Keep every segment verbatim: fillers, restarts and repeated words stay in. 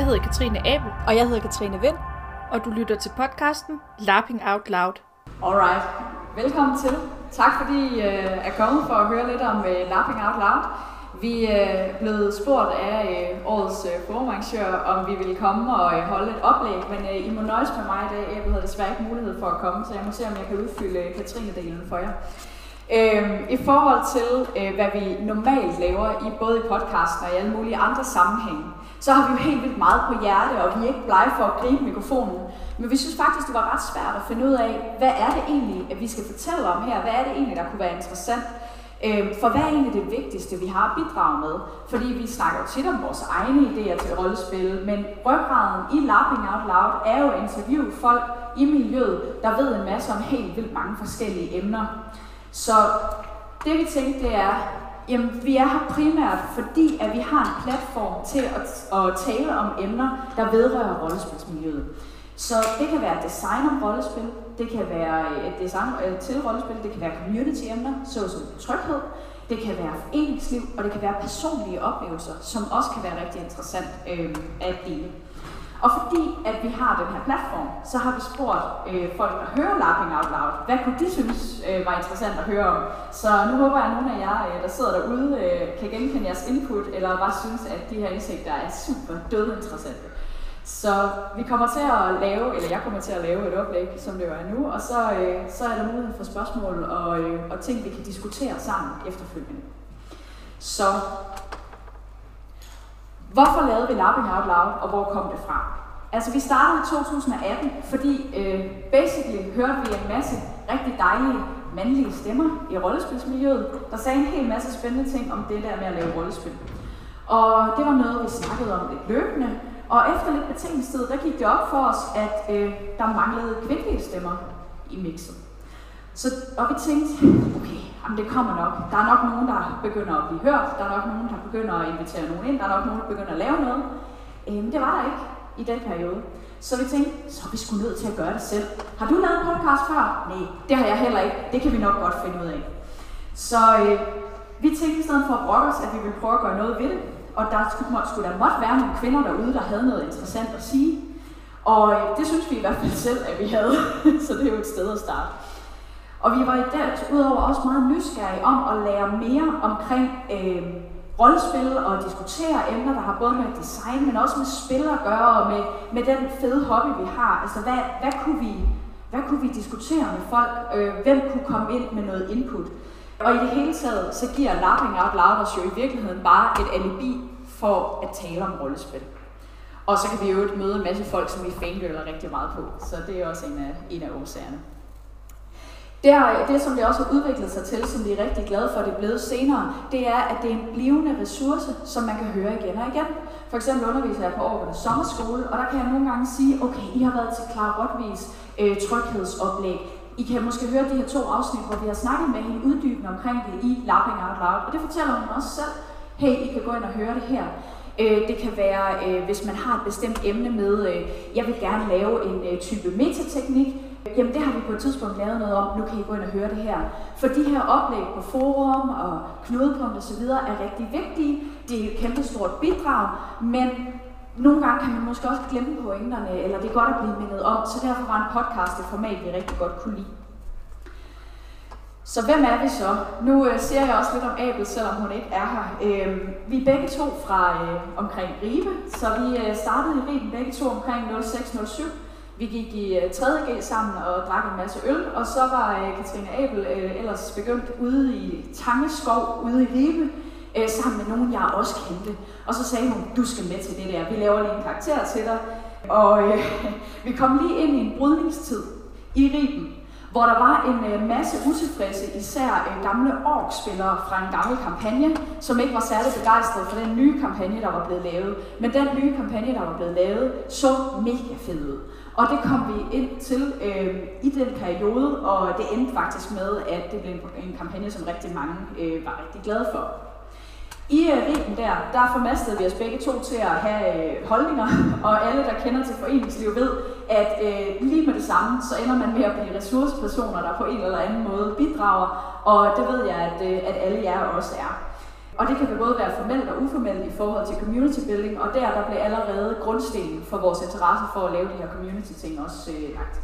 hedder Katrine Abel. Og jeg hedder Katrine Vind. Og du lytter til podcasten Lapping Out Loud. Alright, velkommen til. Tak fordi I uh, er kommet for at høre lidt om uh, Lapping Out Loud. Vi er uh, blevet spurgt af uh, årets uh, forumarrangør, om vi ville komme og uh, holde et oplæg, men uh, I må nøjes med mig i dag. Jeg havde desværre ikke mulighed for at komme, så jeg må se, om jeg kan udfylde uh, Katrine-delen for jer. Uh, I forhold til, uh, hvad vi normalt laver, i både i podcasten og i alle mulige andre sammenhænge, så har vi jo helt vildt meget på hjerte, og vi er ikke blege for at gribe mikrofonen. Men vi synes faktisk, det var ret svært at finde ud af, hvad er det egentlig, at vi skal fortælle om her? Hvad er det egentlig, der kunne være interessant? For hvad er egentlig det vigtigste, vi har at bidrage med? Fordi vi snakker jo tit om vores egne idéer til rollespil, men ryggraden i Lapping Out Loud er jo at interviewe folk i miljøet, der ved en masse om helt vildt mange forskellige emner. Så det vi tænkte, det er, jamen, vi er her primært, fordi at vi har en platform til at, at tale om emner, der vedrører rollespilsmiljøet. Så det kan være design om rollespil, det kan være design til rollespil, det kan være community-emner, såsom tryghed, det kan være foreningsliv, og det kan være personlige oplevelser, som også kan være rigtig interessant øh, at dele. Og fordi at vi har den her platform, så har vi spurgt øh, folk, der hører Lapping Out Loud, hvad kunne de synes øh, var interessant at høre om. Så nu håber jeg, at nogle af jer, øh, der sidder derude, øh, kan genkende jeres input, eller bare synes, at de her indsigter er super dødinteressante. Så vi kommer til at lave, eller jeg kommer til at lave et oplæg, som det er nu, og så, øh, så er der mulighed for spørgsmål og, øh, og ting, vi kan diskutere sammen efterfølgende. Så hvorfor lavede vi Lapping Out Loud, og hvor kom det fra? Altså, vi startede i to tusind atten, fordi øh, basically hørte vi en masse rigtig dejlige mandlige stemmer i rollespilsmiljøet, der sagde en hel masse spændende ting om det der med at lave rollespil. Og det var noget, vi snakkede om lidt løbende, og efter lidt betingelsestid, der gik det op for os, at øh, der manglede kvindelige stemmer i mixet. Så, og vi tænkte, okay, jamen det kommer nok. Der er nok nogen, der begynder at blive hørt. Der er nok nogen, der begynder at invitere nogen ind. Der er nok nogen, der begynder at lave noget. Men det var der ikke i den periode. Så vi tænkte, så er vi sgu nødt til at gøre det selv. Har du lavet en podcast før? Nej, det har jeg heller ikke. Det kan vi nok godt finde ud af. Så øh, vi tænkte i stedet for at brokke os, at vi ville prøve at gøre noget ved det. Og der skulle, skulle der måtte være nogle kvinder derude, der havde noget interessant at sige. Og øh, det synes vi i hvert fald selv, at vi havde. Så det er jo et sted at starte. Og vi var i dag udover også meget nysgerrige om at lære mere omkring øh, rollespil og diskutere emner, der har både med design, men også med spil at gøre, og med, med den fede hobby, vi har. Altså, hvad, hvad, kunne, vi, hvad kunne vi diskutere med folk? Øh, hvem kunne komme ind med noget input? Og i det hele taget, så giver Lapping Out Loud os jo i virkeligheden bare et alibi for at tale om rollespil. Og så kan vi jo møde en masse folk, som vi fangirler rigtig meget på. Så det er også en af, en af årsagerne. Det, er, det, som det også har udviklet sig til, som vi er rigtig glade for, at det er blevet senere, det er, at det er en blivende ressource, som man kan høre igen og igen. For eksempel underviser jeg på Aarup Sommerskole, og der kan jeg nogle gange sige, okay, I har været til Clara Rotvigs øh, tryghedsoplæg. I kan måske høre de her to afsnit, hvor vi har snakket med hende uddybende omkring det i Lapping Out Loud, og det fortæller hun også selv. Hey, I kan gå ind og høre det her. Øh, det kan være, øh, hvis man har et bestemt emne med, øh, jeg vil gerne lave en øh, type metateknik. Jamen det har vi på et tidspunkt lavet noget om, nu kan I gå ind og høre det her. For de her oplæg på forum og knudepunkt og så videre er rigtig vigtige. Det er et kæmpe stort bidrag, men nogle gange kan man måske også glemme pointerne, eller det er godt at blive mindet om, så derfor var en podcast et format, vi rigtig godt kunne lide. Så hvem er vi så? Nu øh, ser jeg også lidt om Abel, selvom hun ikke er her. Øh, vi er begge to fra øh, omkring Ribe, så vi øh, startede i Riben begge to omkring nul seks nul syv. Vi gik i uh, tredje G sammen og drak en masse øl, og så var uh, Katrine Abel uh, ellers begyndt ude i Tangeskov, ude i Ribe, uh, sammen med nogen, jeg også kendte. Og så sagde hun, du skal med til det der, vi laver lige en karakter til dig. Og uh, vi kom lige ind i en brydningstid i Riben, hvor der var en uh, masse utilfredse, især uh, gamle orkspillere fra en gammel kampagne, som ikke var særlig begejstrede for den nye kampagne, der var blevet lavet. Men den nye kampagne, der var blevet lavet, så mega fed ud. Og det kom vi ind til øh, i den periode, og det endte faktisk med, at det blev en, en kampagne, som rigtig mange øh, var rigtig glade for. I øh, Riben der, der formastede vi os begge to til at have øh, holdninger, og alle, der kender til foreningsliv, ved, at øh, lige med det samme, så ender man med at blive ressourcepersoner, der på en eller anden måde bidrager, og det ved jeg, at, øh, at alle jer også er. og det kan både være formelt og uformelt i forhold til community building, og der, der blev allerede grundstenen for vores interesse for at lave de her community ting også øh, lagt.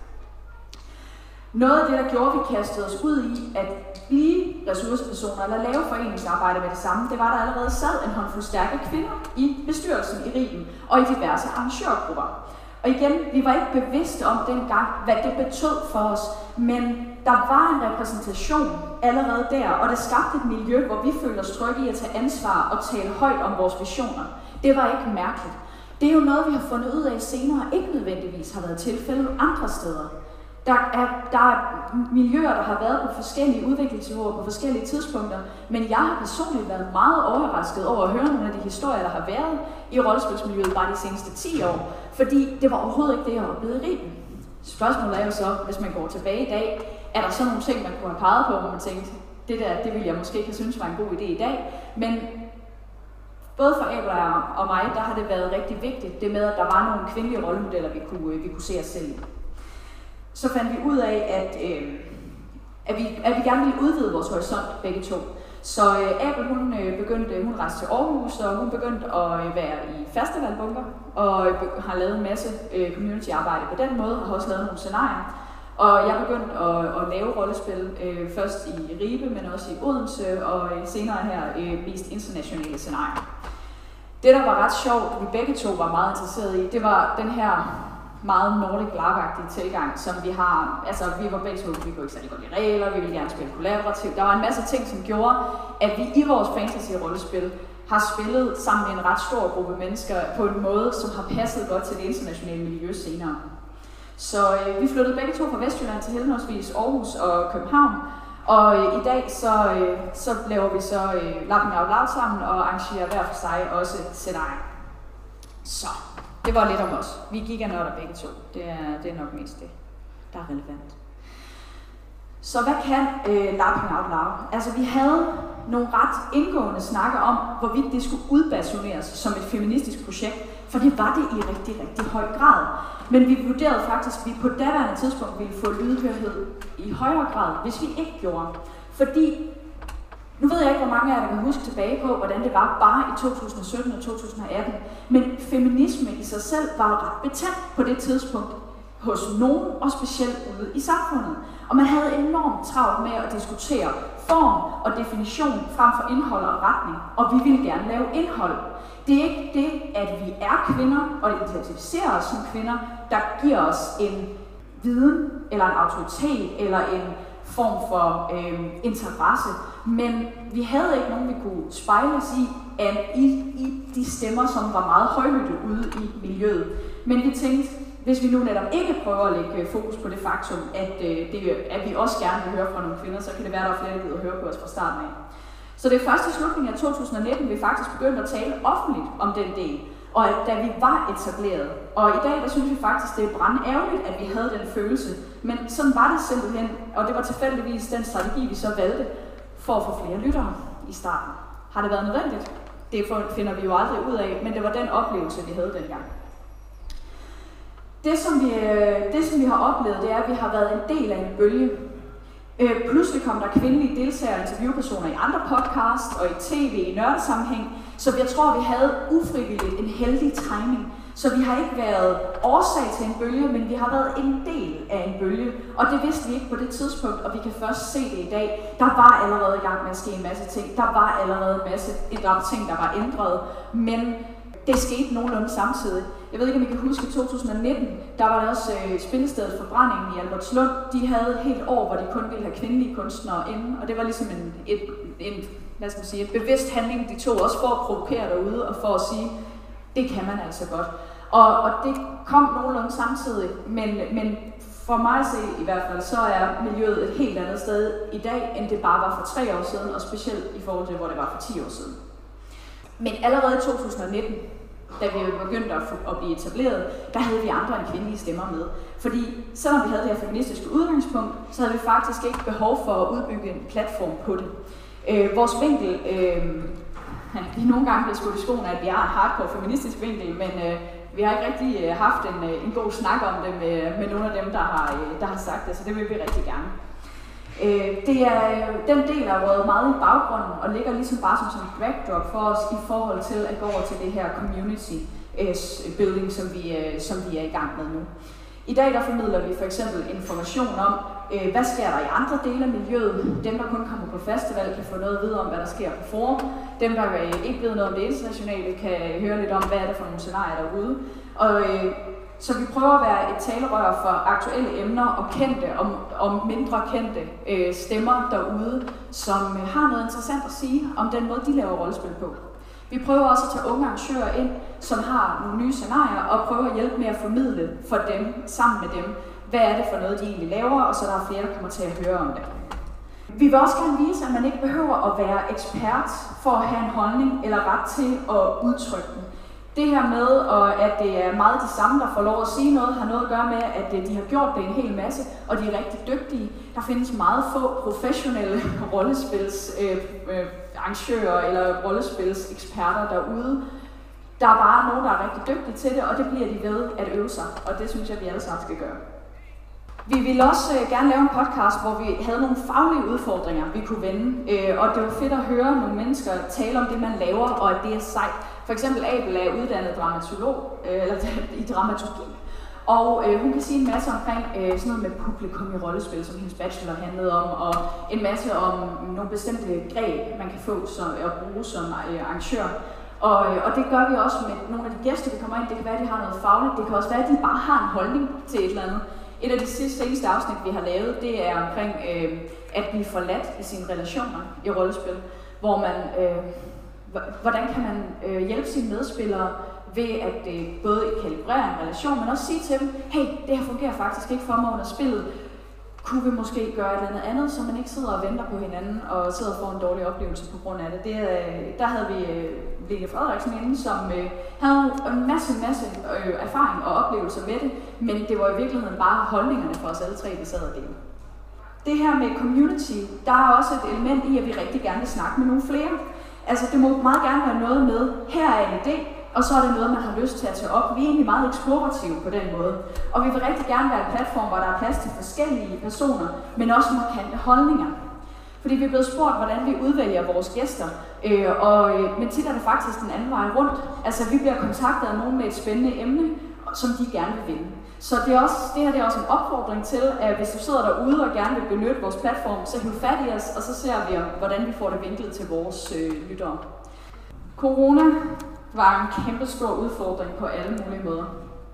Noget af det, der gjorde, at vi kastede os ud i at blive ressourcepersoner eller lave foreningsarbejde med det samme, det var, at der allerede sad en håndfuld stærke kvinder i bestyrelsen i Riben og i diverse arrangørgrupper. Og igen, vi var ikke bevidste om dengang, hvad det betød for os, men der var en repræsentation allerede der, og det skabte et miljø, hvor vi følte os trygge i at tage ansvar og tale højt om vores visioner. Det var ikke mærkeligt. Det er jo noget, vi har fundet ud af senere, ikke nødvendigvis har været tilfældet andre steder. Der er, der er miljøer, der har været på forskellige udviklingsniveauer på forskellige tidspunkter, men jeg har personligt været meget overrasket over at høre nogle af de historier, der har været i rollespilsmiljøet bare de seneste ti år, fordi det var overhovedet ikke det, jeg var blevet i Riben. Spørgsmålet er jo så, hvis man går tilbage i dag, er der så nogle ting, man kunne have peget på, hvor man tænkte, det der, det ville jeg måske ikke have synes var en god idé i dag, men både for Abel og mig, der har det været rigtig vigtigt, det med, at der var nogle kvindelige rollemodeller, vi kunne, vi kunne se os selv i. Så fandt vi ud af, at, øh, at, vi, at vi gerne ville udvide vores horisont begge to. Så øh, Abel, hun øh, begyndte, hun rejste til Aarhus, og hun begyndte at øh, være i festivalbunker, og øh, har lavet en masse øh, community-arbejde på den måde, og har også lavet nogle scenarier. Og jeg begyndte at, at lave rollespil, øh, først i Ribe, men også i Odense, og øh, senere her øh, mest internationale scenarier. Det, der var ret sjovt, vi begge to var meget interesserede i, det var den her meget Nordic LARP-agtige tilgang, som vi har. Altså, vi var begge to, vi kunne ikke særlig godt lide regler, vi ville gerne spille kollaborativt. Der var en masse ting, som gjorde, at vi i vores fantasy-rollespil har spillet sammen med en ret stor gruppe mennesker på en måde, som har passet godt til det internationale miljø senere. Så øh, vi flyttede begge to fra Vestjylland til henholdsvis Aarhus og København, og øh, i dag så, øh, så laver vi så øh, Lapping Out Loud sammen og arrangerer hver for sig også scenarier. Så det var lidt om os. Vi gik af nørder begge to. Det er, det er nok mest det, der er relevant. Så hvad kan øh, Lapping Out Loud? Altså, vi havde nogle ret indgående snakke om, hvorvidt det skulle udbasuneres som et feministisk projekt, for det var det i rigtig, rigtig høj grad. Men vi vurderede faktisk, at vi på daværende tidspunkt ville få lydhørhed i højere grad, hvis vi ikke gjorde. Fordi, nu ved jeg ikke, hvor mange af jer, der kan huske tilbage på, hvordan det var bare i to tusind sytten og to tusind atten, men feminisme i sig selv var ret betændt på det tidspunkt hos nogen, og specielt ude i samfundet. Og man havde enormt travlt med at diskutere form og definition frem for indhold og retning, og vi ville gerne lave indhold. Det er ikke det, at vi er kvinder og identificerer os som kvinder, der giver os en viden, eller en autoritet, eller en form for øh, interesse, men vi havde ikke nogen, vi kunne spejle os i, at i, i de stemmer, som var meget højlytte ude i miljøet. Men vi tænkte, hvis vi nu netop ikke prøver at lægge fokus på det faktum, at, øh, det, at vi også gerne vil høre fra nogle kvinder, så kan det være, at der er flere, der gider at høre på os fra starten af. Så det er først i slutningen af to tusind nitten, vi faktisk begyndte at tale offentligt om den del, og at, da vi var etableret. Og i dag, der synes vi faktisk, det er brandærgerligt, at vi havde den følelse. Men sådan var det simpelthen, og det var tilfældigvis den strategi, vi så valgte for at få flere lyttere i starten. Har det været nødvendigt? Det finder vi jo aldrig ud af, men det var den oplevelse, vi havde dengang. Det som, vi, det, som vi har oplevet, det er, at vi har været en del af en bølge. Øh, pludselig kom der kvindelige deltagere og interviewpersoner i andre podcasts og i tv i nørdesammenhæng, så jeg tror, vi havde ufrivilligt en heldig timing. Så vi har ikke været årsag til en bølge, men vi har været en del af en bølge, og det vidste vi ikke på det tidspunkt, og vi kan først se det i dag. Der var allerede i gang med at ske en masse ting. Der var allerede en masse ting, der var ændret, men det skete nogenlunde samtidig. Jeg ved ikke, om I kan huske, i to tusind nitten, der var der også øh, spillestedet Forbrændingen i Albertslund. De havde et helt år, hvor de kun ville have kvindelige kunstnere inde, og det var ligesom en, et, en, hvad skal man sige, et bevidst handling, de tog også for at provokere derude, og for at sige, det kan man altså godt. Og, og det kom nogenlunde samtidig, men, men for mig at se i hvert fald, så er miljøet et helt andet sted i dag, end det bare var for tre år siden, og specielt i forhold til, hvor det var for ti år siden. Men allerede i to tusind nitten, da vi begyndte at blive etableret, der havde vi andre end kvindelige stemmer med. Fordi selvom vi havde det her feministiske udgangspunkt, så havde vi faktisk ikke behov for at udbygge en platform på det. Øh, vores vinkel, øh, vi er nogle gange blevet skudt i skoene, at vi har en hardcore feministisk vinkel, men øh, vi har ikke rigtig øh, haft en, en god snak om det med, med nogle af dem, der har, øh, der har sagt det, så det vil vi rigtig gerne. Det er, den del er været meget i baggrunden og ligger ligesom bare som, som et backdrop for os i forhold til at gå over til det her community building, som vi, som vi er i gang med nu. I dag der formidler vi for eksempel information om, hvad sker der i andre dele af miljøet. Dem, der kun kommer på festival, kan få noget at vide om, hvad der sker på forum. Dem, der ikke ved noget om det internationale, kan høre lidt om, hvad er det for nogle scenarier derude. Og så vi prøver at være et talerør for aktuelle emner og kendte og, og mindre kendte øh, stemmer derude, som øh, har noget interessant at sige om den måde, de laver rollespil på. Vi prøver også at tage unge arrangører ind, som har nogle nye scenarier, og prøver at hjælpe med at formidle for dem, sammen med dem, hvad er det for noget, de egentlig laver, og så der er flere, der kommer til at høre om det. Vi vil også gerne vise, at man ikke behøver at være ekspert for at have en holdning eller ret til at udtrykke den. Det her med, at det er meget de samme, der får lov at sige noget, har noget at gøre med, at de har gjort det en hel masse, og de er rigtig dygtige. Der findes meget få professionelle rollespilsarrangører øh, eller rollespilseksperter derude. Der er bare nogen, der er rigtig dygtige til det, og det bliver de ved at øve sig, og det synes jeg, vi alle sammen skal gøre. Vi ville også øh, gerne lave en podcast, hvor vi havde nogle faglige udfordringer, vi kunne vende, øh, og det var fedt at høre nogle mennesker tale om det, man laver, og at det er sejt. For eksempel Abel er uddannet dramatolog, øh, eller i dramaturgi, og øh, hun kan sige en masse omkring øh, sådan noget med publikum i rollespil, som hendes bachelor handlede om, og en masse om nogle bestemte greb, man kan få som, og bruge som øh, arrangør. Og, og det gør vi også med nogle af de gæster, der kommer ind. Det kan være, at de har noget fagligt. Det kan også være, at de bare har en holdning til et eller andet. Et af de sidste seneste afsnit, vi har lavet, det er omkring øh, at blive forladt i sine relationer i rollespil, hvor man, øh, hvordan kan man øh, hjælpe sine medspillere ved at øh, både kalibrere en relation, men også sige til dem, hey, det her fungerer faktisk ikke for mig under spillet. Kunne vi måske gøre et eller andet andet, så man ikke sidder og venter på hinanden og sidder og får en dårlig oplevelse på grund af det. det øh, der havde vi øh, Lene Frederiksen inde, som øh, havde en masse, masse øh, erfaring og oplevelser med det, men det var i virkeligheden bare holdningerne for os alle tre, vi sad og delte. Det her med community, der er også et element i, at vi rigtig gerne vil snakke med nogle flere. Altså det må meget gerne være noget med, her er en idé, og så er det noget, man har lyst til at tage op. Vi er egentlig meget eksplorative på den måde. Og vi vil rigtig gerne være en platform, hvor der er plads til forskellige personer, men også markante holdninger. Fordi vi er blevet spurgt, hvordan vi udvælger vores gæster, øh, og, øh, men tit er det faktisk den anden vej rundt. Altså vi bliver kontaktet af nogen med et spændende emne, som de gerne vil vinde. Så det, er også, det her det er også en opfordring til, at hvis du sidder derude og gerne vil benytte vores platform, så hiv fat i os, og så ser vi, hvordan vi får det vinklet til vores øh, lyttere. Corona var en kæmpe stor udfordring på alle mulige måder.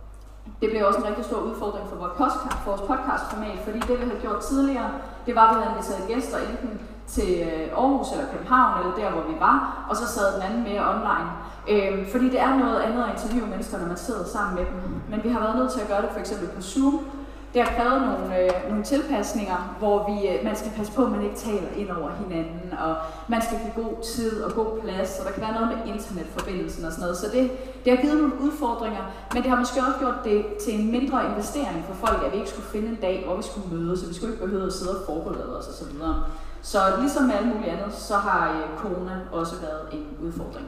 Det blev også en rigtig stor udfordring for vores podcast, for vores podcastformat, fordi det vi havde gjort tidligere, det var, at vi havde inviteret gæster enten til Aarhus eller København, eller der hvor vi var, og så sad den anden mere online. Øhm, fordi det er noget andet at interviewe mennesker, når man sidder sammen med dem. Men vi har været nødt til at gøre det for eksempel på Zoom. Det har krævet nogle, øh, nogle tilpasninger, hvor vi, øh, man skal passe på, at man ikke taler ind over hinanden, og man skal give god tid og god plads, og der kan være noget med internetforbindelsen og sådan noget. Så det, det har givet nogle udfordringer, men det har måske også gjort det til en mindre investering for folk, at vi ikke skulle finde en dag, hvor vi skulle mødes, så vi skulle ikke behøve at sidde og forberede os osv. Så, så ligesom med alt muligt andet, så har øh, corona også været en udfordring.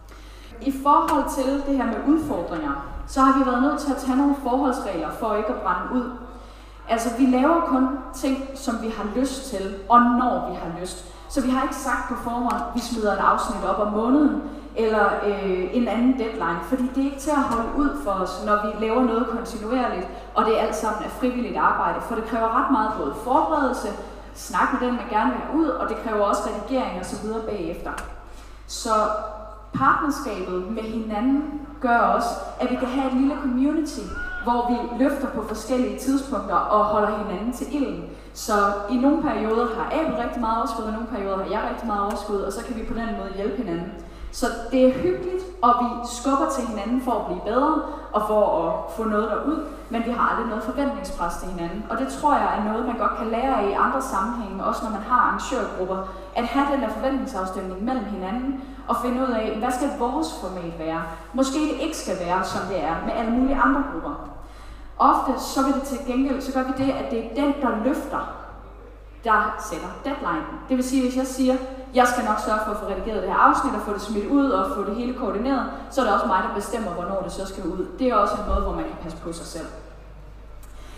I forhold til det her med udfordringer, så har vi været nødt til at tage nogle forholdsregler for ikke at brænde ud. Altså, vi laver kun ting, som vi har lyst til, og når vi har lyst. Så vi har ikke sagt på forhånd, at vi smider et afsnit op om måneden, eller øh, en anden deadline, fordi det er ikke til at holde ud for os, når vi laver noget kontinuerligt, og det er alt sammen af frivilligt arbejde, for det kræver ret meget både forberedelse, snak med den, man gerne vil have ud, og det kræver også redigering og så videre bagefter. Så partnerskabet med hinanden gør også, at vi kan have et lille community, hvor vi løfter på forskellige tidspunkter og holder hinanden til ilden. Så i nogle perioder har Abel rigtig meget overskud, og i nogle perioder har jeg rigtig meget overskud, og så kan vi på den måde hjælpe hinanden. Så det er hyggeligt, og vi skubber til hinanden for at blive bedre, og for at få noget derud, men vi har aldrig noget forventningspres til hinanden. Og det tror jeg er noget, man godt kan lære af i andre sammenhænge, også når man har arrangørgrupper, at have den der forventningsafstemning mellem hinanden, og finde ud af, hvad skal vores format være? Måske det ikke skal være, som det er med alle mulige andre grupper. Ofte så vil det til gengæld, så gør vi det, at det er den, der løfter, der sætter deadline. Det vil sige, hvis jeg siger, jeg skal nok sørge for at få redigeret det her afsnit og få det smidt ud og få det hele koordineret, så er det også mig, der bestemmer, hvornår det så skal ud. Det er også en måde, hvor man kan passe på sig selv.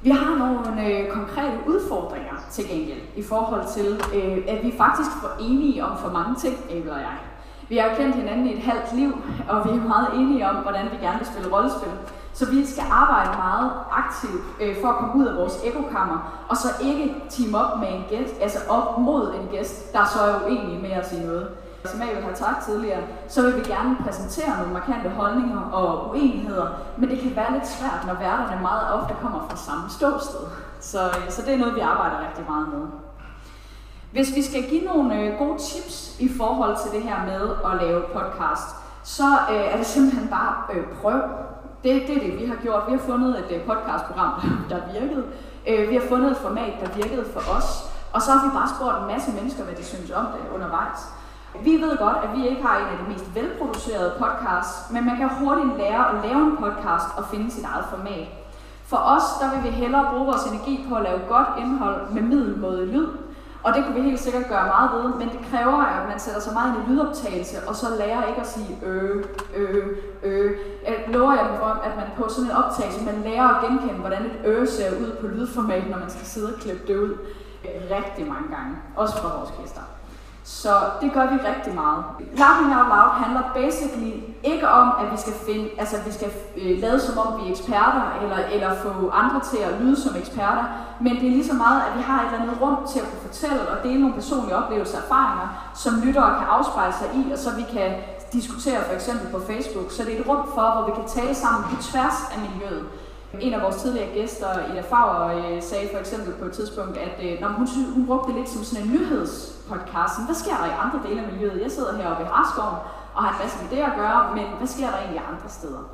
Vi har nogle øh, konkrete udfordringer til gengæld i forhold til, øh, at vi faktisk er enige om for mange ting, Abel og jeg. Vi har kendt hinanden i et halvt liv, og vi er meget enige om, hvordan vi gerne vil spille rollespil. Så vi skal arbejde meget aktivt øh, for at komme ud af vores ekokammer, og så ikke team op med en gæst, altså op mod en gæst, der så er uenig med os i noget. Som jeg har sagt tidligere, så vil vi gerne præsentere nogle markante holdninger og uenigheder, men det kan være lidt svært, når værterne meget ofte kommer fra samme ståsted. Så, så det er noget, vi arbejder rigtig meget med. Hvis vi skal give nogle øh, gode tips i forhold til det her med at lave podcast, så øh, er det simpelthen bare øh, prøv. Det, det er det, vi har gjort. Vi har fundet et øh, podcastprogram, der, der virkede. Øh, vi har fundet et format, der virkede for os. Og så har vi bare spurgt en masse mennesker, hvad de synes om det undervejs. Vi ved godt, at vi ikke har en af de mest velproducerede podcasts, men man kan hurtigt lære at lave en podcast og finde sit eget format. For os, der vil vi hellere bruge vores energi på at lave godt indhold med middelmådig lyd, og det kunne vi helt sikkert gøre meget ved, men det kræver, at man sætter sig meget ind i lydoptagelse, og så lærer ikke at sige øh, øh, øh. Jeg lover jer for, at man på sådan en optagelse, man lærer at genkende, hvordan et øh ser ud på lydformat, når man skal sidde og klippe det ud rigtig mange gange, også fra vores gæster. Så det gør vi rigtig meget. Laughing Out Loud handler basically ikke om, at vi skal finde, altså vi skal øh, lade som om vi er eksperter, eller, eller få andre til at lyde som eksperter, men det er lige så meget, at vi har et eller andet rum til at kunne fortælle og dele nogle personlige oplevelser og erfaringer, som lyttere kan afspejle sig i, og så vi kan diskutere for eksempel på Facebook. Så det er et rum for, hvor vi kan tale sammen på tværs af miljøet. En af vores tidligere gæster, Ida Fauer, øh, sagde for eksempel på et tidspunkt, at øh, når hun, hun brugte det lidt som sådan en nyhedspodcast. Hvad sker der i andre dele af miljøet? Jeg sidder heroppe i Harskoven og har en masse med det at gøre, men hvad sker der egentlig andre steder?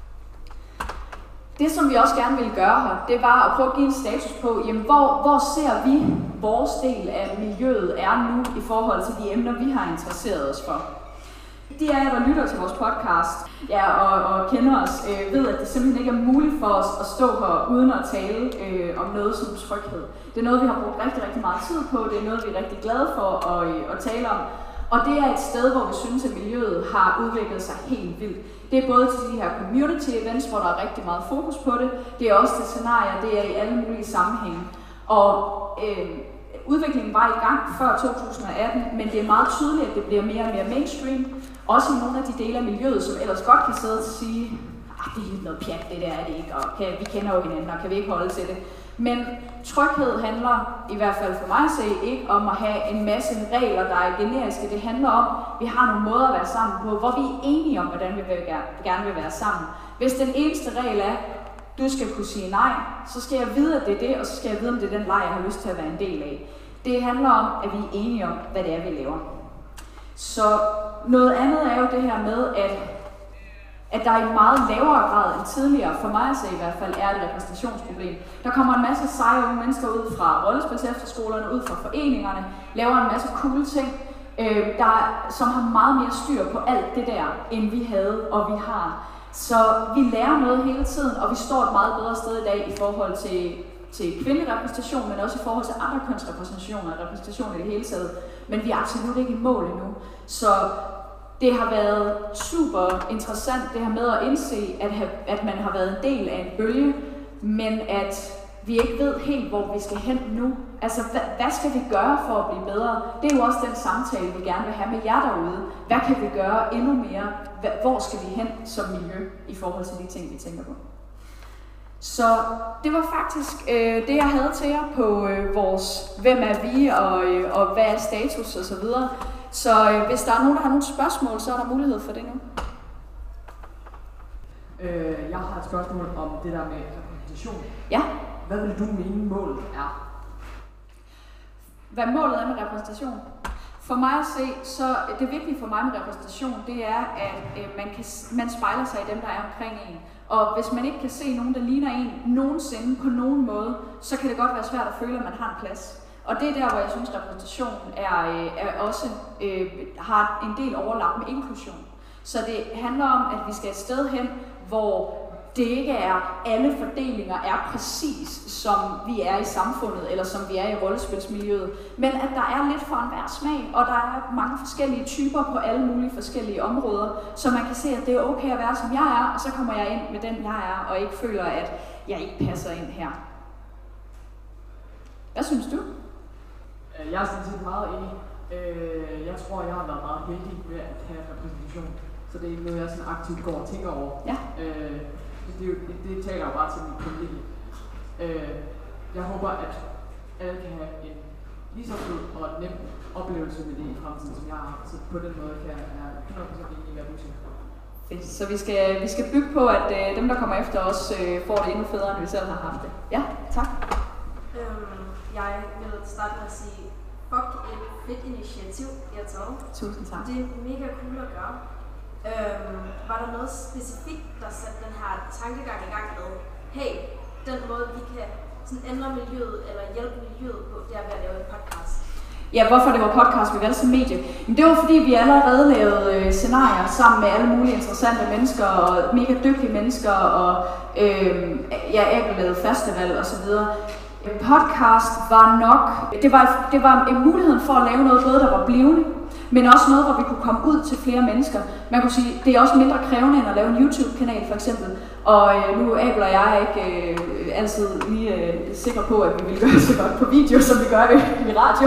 Det, som vi også gerne ville gøre her, det var at prøve at give en status på, jamen, hvor, hvor ser vi vores del af miljøet er nu i forhold til de emner, vi har interesseret os for. De af jer, der lytter til vores podcast ja, og, og kender os, øh, ved, at det simpelthen ikke er muligt for os at stå her uden at tale øh, om noget som tryghed. Det er noget, vi har brugt rigtig, rigtig meget tid på. Det er noget, vi er rigtig glade for at, øh, at tale om. Og det er et sted, hvor vi synes, at miljøet har udviklet sig helt vildt. Det er både til de her community events, hvor der er rigtig meget fokus på det. Det er også til scenarier, det er i alle mulige sammenhænge. Og øh, udviklingen var i gang før to tusind atten, men det er meget tydeligt, at det bliver mere og mere mainstream. Også i nogle af de dele af miljøet, som ellers godt kan sidde og sige, at det er noget pjat, det der er det ikke, og kan, vi kender jo hinanden, og kan vi ikke holde til det. Men tryghed handler, i hvert fald for mig at se, ikke om at have en masse regler, der er generiske. Det handler om, at vi har nogle måder at være sammen på, hvor vi er enige om, hvordan vi vil, gerne vil være sammen. Hvis den eneste regel er, du skal kunne sige nej, så skal jeg vide, at det er det, og så skal jeg vide, om det er den leg, jeg har lyst til at være en del af. Det handler om, at vi er enige om, hvad det er, vi laver. Så noget andet er jo det her med, at, at der i meget lavere grad end tidligere, for mig at se i hvert fald, er et repræsentationsproblem. Der kommer en masse seje unge mennesker ud fra rollespilsefterskolerne, ud fra foreningerne, laver en masse cool ting, øh, der, som har meget mere styr på alt det der, end vi havde og vi har. Så vi lærer noget hele tiden, og vi står et meget bedre sted i dag i forhold til til kvindelig repræsentation, men også i forhold til andre kønsrepræsentationer og repræsentation i det hele taget. Men vi er absolut ikke i mål endnu. Så det har været super interessant, det her med at indse, at, have, at man har været en del af en bølge, men at vi ikke ved helt, hvor vi skal hen nu. Altså, hvad, hvad skal vi gøre for at blive bedre? Det er jo også den samtale, vi gerne vil have med jer derude. Hvad kan vi gøre endnu mere? Hvor skal vi hen som miljø i forhold til de ting, vi tænker på? Så det var faktisk øh, det, jeg havde til jer på øh, vores hvem er vi og, øh, og hvad er status og så videre. Så øh, hvis der er nogen, der har nogle spørgsmål, så er der mulighed for det nu. Øh, jeg har et spørgsmål om det der med repræsentation. Ja. Hvad vil du mene målet er? Hvad målet er med repræsentation? For mig at se, så det vigtige for mig med repræsentation, det er, at øh, man, kan, man spejler sig i dem, der er omkring en. Og hvis man ikke kan se nogen, der ligner en nogensinde på nogen måde, så kan det godt være svært at føle, at man har en plads. Og det er der, hvor jeg synes, at repræsentationen er, er også, øh, har en del overlap med inklusion. Så det handler om, at vi skal et sted hen, hvor det ikke er, alle fordelinger er præcis, som vi er i samfundet, eller som vi er i rollespilsmiljøet, men at der er lidt for enhver smag, og der er mange forskellige typer på alle mulige forskellige områder, så man kan se, at det er okay at være, som jeg er, og så kommer jeg ind med den, jeg er, og ikke føler, at jeg ikke passer ind her. Hvad synes du? Jeg er sådan set meget enig. Jeg tror, jeg har været meget heldig med at have repræsentation. Så det er ikke noget, jeg sådan aktivt går og tænker over. Ja. Det, det, det taler jo bare til min kollega. Jeg håber, at alle kan have en lige så fed og nem oplevelse med det i fremtiden, som jeg har. Så på den måde kan jeg hundrede procent enig i, hvad du siger. Så vi skal, vi skal bygge på, at øh, dem, der kommer efter os, øh, får det endnu federe, end vi selv har haft det. Ja, tak. Øhm, jeg vil starte med at sige, fuck et fedt initiativ, I har taget. Tusind tak. Det er mega cool at gøre. Øhm, var der noget specifikt, der satte den her tankegang i gang med, hey, den måde, vi kan sådan ændre miljøet eller hjælpe miljøet på, det er ved at lave en podcast? Ja, hvorfor det var podcast, vi valgte som medie? Men det var fordi, vi allerede lavede øh, scenarier sammen med alle mulige interessante mennesker og mega dygtige mennesker og øh, ja, Apple lavede festival og så videre. Podcast var nok, det var, det var en mulighed for at lave noget både, der var blivende, men også noget, hvor vi kunne komme ud til flere mennesker. Man kunne sige, det er også mindre krævende end at lave en YouTube-kanal for eksempel. Og øh, nu Abel og jeg er ikke øh, altid lige øh, sikre på, at vi vil gøre det så godt på video, som vi gør det i radio.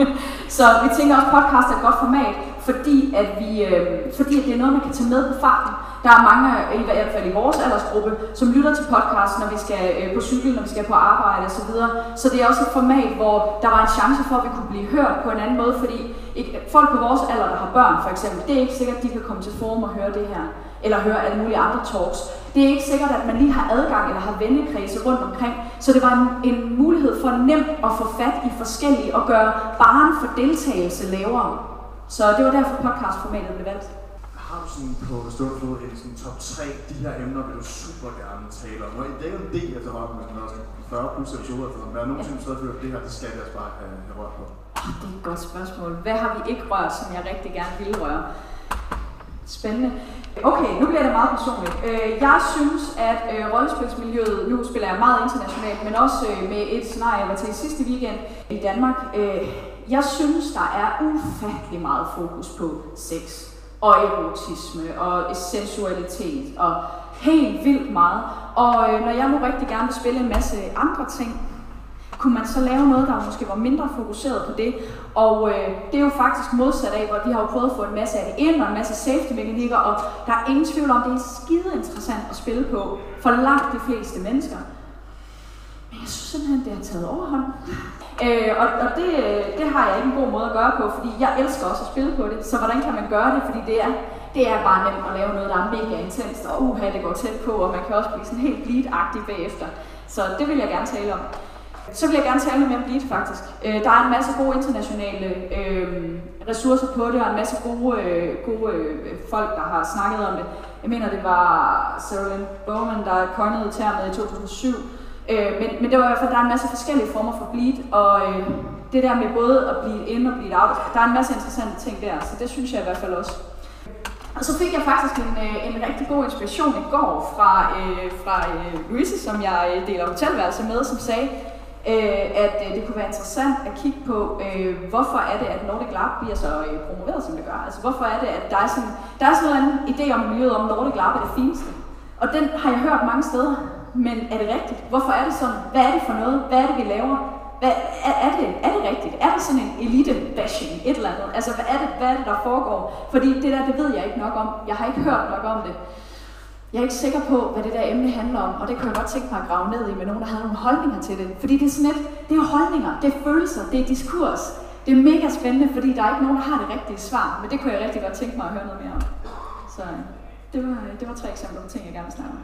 Så vi tænker også, at podcast er et godt format, fordi at, vi, øh, fordi at det er noget, man kan tage med på farten. Der er mange, i hvert fald i vores aldersgruppe, som lytter til podcast, når vi skal øh, på cykel, når vi skal på arbejde osv. Så, så det er også et format, hvor der var en chance for, at vi kunne blive hørt på en anden måde, fordi ikke, folk på vores alder, der har børn for eksempel, det er ikke sikkert, at de kan komme til forum og høre det her, eller høre alle mulige andre talks. Det er ikke sikkert, at man lige har adgang eller har vennekredse rundt omkring, så det var en, en mulighed for nemt at få fat i forskellige og gøre barren for deltagelse lavere. Så det var derfor podcastformatet blev valgt. Har du sådan på stående fod en sådan top tre, de her emner vil du super gerne tale om? Og det er jo en del efterhånden, hvis man også fyrre plus episoder efterhånden. Men er nogensinde stadig følt, at det her, det skal jeg altså bare have, have rørt på? Oh, det er et godt spørgsmål. Hvad har vi ikke rørt, som jeg rigtig gerne ville røre? Spændende. Okay, nu bliver det meget personligt. Jeg synes, at rollespilsmiljøet, nu spiller jeg meget internationalt, men også med et scenarie, jeg var til sidste weekend i Danmark. Jeg synes, der er ufattelig meget fokus på sex og erotisme og sensualitet og helt vildt meget. Og når jeg nu rigtig gerne vil spille en masse andre ting, kunne man så lave noget, der måske var mindre fokuseret på det. Og øh, det er jo faktisk modsat af, hvor vi har jo prøvet at få en masse af det ind og en masse safety-mekanikker, og der er ingen tvivl om, det er skide interessant at spille på for langt de fleste mennesker. Men jeg synes simpelthen, det har taget overhånd. Øh, og og det, det har jeg ikke en god måde at gøre på, fordi jeg elsker også at spille på det. Så hvordan kan man gøre det? Fordi det er, det er bare nemt at lave noget, der er mega intenst, og uha, det går tæt på, og man kan også blive sådan helt bleed-agtig bagefter. Så det vil jeg gerne tale om. Så vil jeg gerne tale lidt mere om Bleed, faktisk. Øh, der er en masse gode internationale øh, ressourcer på det, og en masse gode, øh, gode øh, folk, der har snakket om det. Jeg mener, det var Sarah Lynn Bowman, der coinede termet i to tusind og syv. Øh, men, men det var i hvert fald, der er en masse forskellige former for Bleed, og øh, det der med både at blive in og blive out, der er en masse interessante ting der, så det synes jeg i hvert fald også. Og så fik jeg faktisk en, en rigtig god inspiration i går fra, øh, fra øh, Louise, som jeg deler hotelværelse med, som sagde, at det kunne være interessant at kigge på, øh, hvorfor er det, at Nordic Lab bliver så øh, promoveret, som det gør. Altså, hvorfor er det, at der er sådan, der er sådan en idé om miljøet, om Nordic Lab er det fineste. Og den har jeg hørt mange steder, men er det rigtigt? Hvorfor er det sådan? Hvad er det for noget? Hvad er det, vi laver? Hvad, er, er, det, er det rigtigt? Er det sådan en elite-bashing, et eller andet? Altså, hvad er, det, hvad er det, der foregår? Fordi det der, det ved jeg ikke nok om. Jeg har ikke hørt nok om det. Jeg er ikke sikker på, hvad det der emne handler om, og det kunne jeg godt tænke mig at grave ned i med nogen, der havde nogle holdninger til det. Fordi det er sådan et, det er holdninger, det er følelser, det er diskurs. Det er mega spændende, fordi der er ikke nogen, der har det rigtige svar, men det kunne jeg rigtig godt tænke mig at høre noget mere om. Så det var, det var tre eksempler på ting, jeg gerne vil snakke om.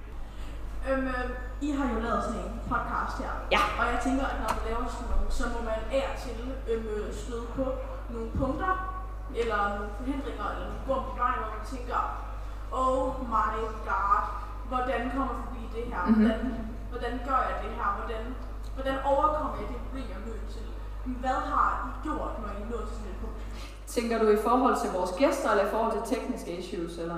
Øhm, I har jo lavet sådan en podcast her, ja. Og jeg tænker, at når man laver sådan noget, så må man af og til øhm, støde på nogle punkter, eller nogle forhindringer, eller nogle bump på vejen, hvor man tænker, oh my god, hvordan kommer jeg forbi det her? Mm-hmm. Hvordan, hvordan gør jeg det her? Hvordan, hvordan overkommer jeg det problem, jeg møder til? Hvad har I gjort, når I nået til sådan et punkt? Tænker du i forhold til vores gæster, eller i forhold til tekniske issues, eller?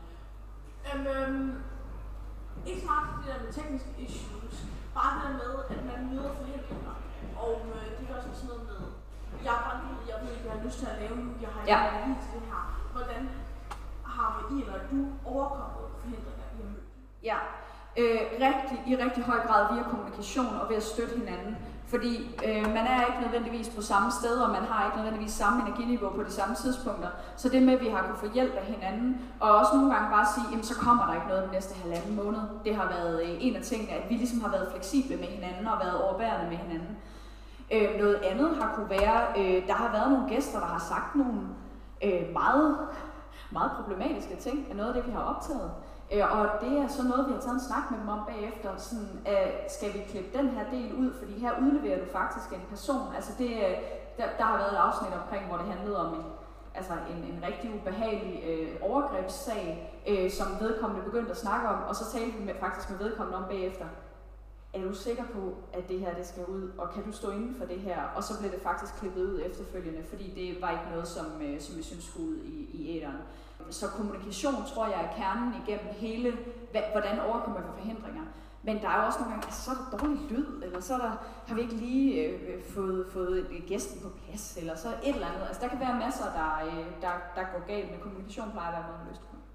Øhm, øhm, ikke så meget det der med tekniske issues, bare det der med, at man møder forhindringer. Og øh, det er også sådan noget med, jeg er brændt ud, jeg ved ikke, hvad jeg har lyst til at lave nu, jeg har ikke ja. energi til det her. Hvordan har I eller du overkommet forhindringer i at møde? Ja, øh, rigtig, i rigtig høj grad via kommunikation og ved at støtte hinanden. Fordi øh, man er ikke nødvendigvis på samme sted, og man har ikke nødvendigvis samme energiniveau på de samme tidspunkter. Så det med, at vi har kunnet få hjælp af hinanden, og også nogle gange bare sige, jamen så kommer der ikke noget den næste halvanden måned. Det har været øh, en af tingene, at vi ligesom har været fleksible med hinanden og været overbærende med hinanden. Øh, noget andet har kunne være, øh, der har været nogle gæster, der har sagt nogle øh, meget, meget problematiske ting af noget af det, vi har optaget. Og det er så noget, vi har taget en snak med dem om bagefter. Sådan, uh, skal vi klippe den her del ud, fordi her udleverer du faktisk en person. Altså det, der, der har været et afsnit omkring, hvor det handlede om en, altså en, en rigtig ubehagelig uh, overgrebssag, uh, som vedkommende begyndte at snakke om, og så talte vi med, faktisk med vedkommende om bagefter. Er du sikker på, at det her det skal ud, og kan du stå inden for det her? Og så blev det faktisk klippet ud efterfølgende, fordi det var ikke noget, som, uh, som vi synes skulle ud i, i æteren. Så kommunikation, tror jeg, er kernen igennem hele, hvordan overkommer vi forhindringer. Men der er jo også nogle gange, altså så er der dårlig lyd, eller så er der, har vi ikke lige øh, fået, fået gæsten på plads, eller så et eller andet. Altså der kan være masser, der, øh, der, der går galt, men kommunikation plejer at være meget løst på.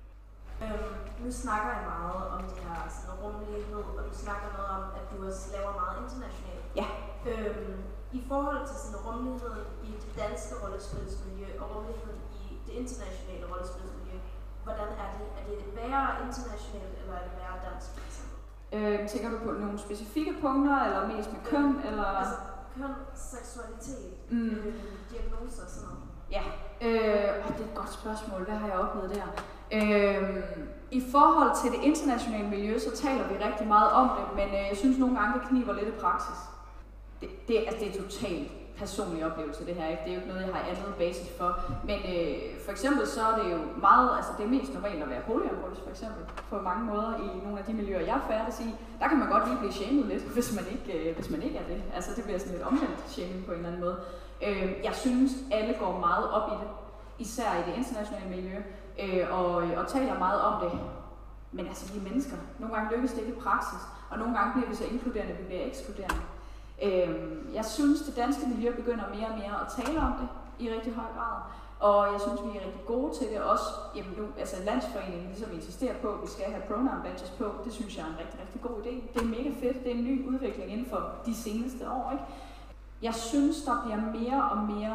Øhm, nu snakker jeg meget om det her sådan rummelighed, og du snakker noget om, at du også laver meget internationalt. Ja. Øhm, I forhold til sådan rummeligheden i det danske rollespilsmiljø og rummeligheden i det internationale rollespilsmiljø, hvordan er det? Er det værre internationalt, eller er det værre dansk? Øh, tænker du på nogle specifikke punkter, eller mest med køn, øh, eller? Altså køn, seksualitet, mm. øh, diagnoser og sådan noget. Ja, øh, og det er et godt spørgsmål. Hvad har jeg oplevet der? Øh, I forhold til det internationale miljø, så taler vi rigtig meget om det, men øh, jeg synes nogle gange, det kniber lidt i praksis. Det, det, altså, det er totalt personlig oplevelse, det her, ikke? Det er jo ikke noget, jeg har andet basis for. Men øh, for eksempel så er det jo meget, altså det er mest normalt at være polyamorøs for eksempel, på mange måder i nogle af de miljøer, jeg færdes i. Der kan man godt lige blive shamed lidt, hvis man ikke, øh, hvis man ikke er det. Altså det bliver sådan lidt omvendt shaming på en eller anden måde. Øh, jeg synes, alle går meget op i det, især i det internationale miljø, øh, og, og taler meget om det. Men altså, vi er mennesker. Nogle gange lykkes det ikke i praksis, og nogle gange bliver vi så inkluderende, at vi bliver ekskluderende. Øhm, jeg synes, det danske miljø begynder mere og mere at tale om det i rigtig høj grad, og jeg synes, vi er rigtig gode til det også. Jamen nu, altså Landsforeningen ligesom insisterer på, at vi skal have pronoun badges på, det synes jeg er en rigtig, rigtig god idé. Det er mega fedt, det er en ny udvikling inden for de seneste år, ikke? Jeg synes, der bliver mere og mere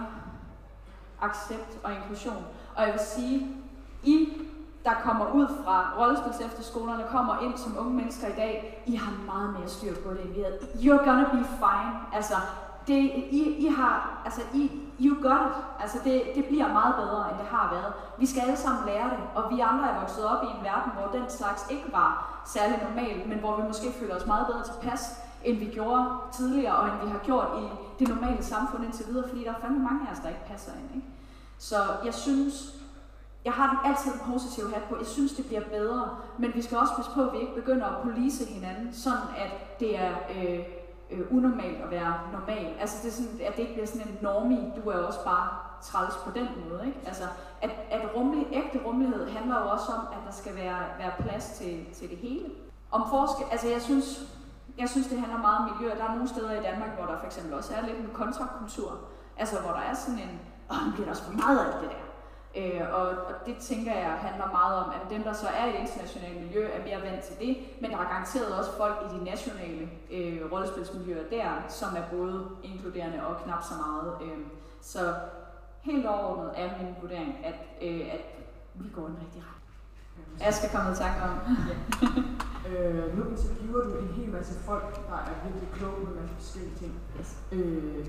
accept og inklusion, og jeg vil sige, I der kommer ud fra rollespilsefterskolerne, kommer ind som unge mennesker i dag, I har meget mere styr på det, end vi havde. You're gonna be fine. Altså, det, I, I har, altså, I, you got it. Altså, det, det bliver meget bedre, end det har været. Vi skal alle sammen lære det, og vi andre er vokset op i en verden, hvor den slags ikke var særlig normal, men hvor vi måske føler os meget bedre tilpas, end vi gjorde tidligere, og end vi har gjort i det normale samfund indtil videre, fordi der er fandme mange af os, der ikke passer ind, ikke? Så jeg synes, jeg har den altid en positiv hat på. Jeg synes, det bliver bedre, men vi skal også passe på, at vi ikke begynder at police hinanden, sådan at det er øh, øh, unormalt at være normal. Altså, det er sådan, at det ikke bliver sådan en normie, du er jo også bare træls på den måde, ikke? Altså, at, at rummelig, ægte rummelighed handler jo også om, at der skal være, være plads til, til det hele. Om forskel, altså jeg synes, jeg synes, det handler meget om miljø. Der er nogle steder i Danmark, hvor der for eksempel også er lidt en kontrakultur. Altså, hvor der er sådan en, åh, nu bliver der også for meget af det der. Øh, og, og det tænker jeg handler meget om, at dem der så er i det internationale miljø er mere vant til det, men der er garanteret også folk i de nationale øh, rollespilsmiljøer der, som er både inkluderende og knap så meget. Øh, så helt overordnet er min vurdering, at, øh, at vi går en rigtig ret. Jeg skal komme i tanke om. Ja. øh, nu interviewer du en hel masse folk, der er virkelig kloge på en masse forskellige ting. Yes. Øh,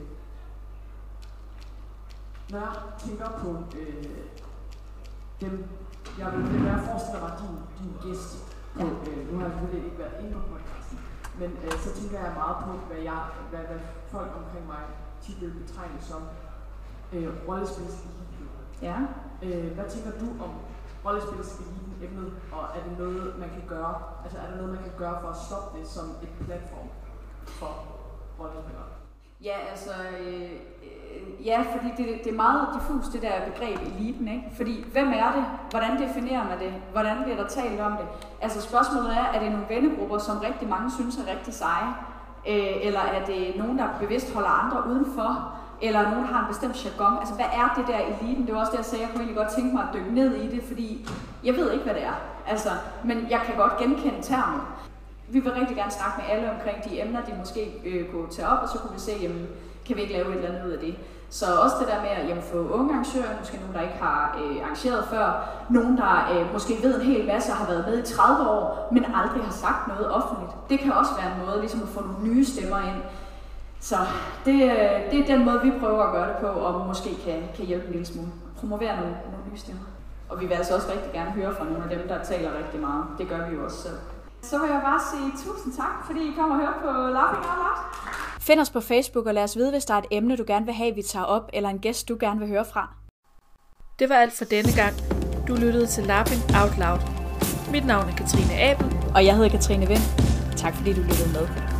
Når jeg tænker på øh, dem, jeg vil det være forestiller mig din, din gæst. På, ja. øh, nu har jeg selvfølgelig ikke været inde på podcasten, men øh, så tænker jeg meget på, hvad, jeg, hvad, hvad folk omkring mig tit vil betegne som øh, rollespilseliten. Ja. Øh, hvad tænker du om rollespilseliten emnet, og er det noget, man kan gøre, altså er der noget, man kan gøre for at stoppe det som et platform for rollespillere? Ja, altså, øh, øh, ja, fordi det, det er meget diffus, det der begreb eliten, ikke? Fordi, hvem er det? Hvordan definerer man det? Hvordan bliver der talt om det? Altså, spørgsmålet er, er det nogle vennegrupper, som rigtig mange synes er rigtig seje? Øh, eller er det nogen, der bevidst holder andre udenfor? Eller nogen, der har en bestemt jargon? Altså, hvad er det der eliten? Det var også det, jeg sagde, jeg kunne egentlig godt tænke mig at dykke ned i det, fordi jeg ved ikke, hvad det er. Altså, men jeg kan godt genkende termen. vi vil rigtig gerne snakke med alle omkring de emner, de måske øh, kunne tage op, og så kunne vi se, jamen, kan vi ikke lave et eller andet ud af det. Så også det der med at jamen, få unge arrangører, måske nogen, der ikke har øh, arrangeret før, nogen, der øh, måske ved en hel masse og har været med i tredive år, men aldrig har sagt noget offentligt. Det kan også være en måde ligesom at få nogle nye stemmer ind. Så det, øh, det er den måde, vi prøver at gøre det på, og måske kan, kan hjælpe en lille smule. Promovere nogle, nogle nye stemmer. Og vi vil altså også rigtig gerne høre fra nogle af dem, der taler rigtig meget. Det gør vi jo også selv. Så vil jeg bare sige tusind tak, fordi I kom og hørte på Laughing Out Loud. Find os på Facebook og lad os vide, hvis der er et emne, du gerne vil have, vi tager op, eller en gæst, du gerne vil høre fra. Det var alt for denne gang. Du lyttede til Laughing Out Loud. Mit navn er Katrine Abel. Og jeg hedder Katrine Vind. Tak fordi du lyttede med.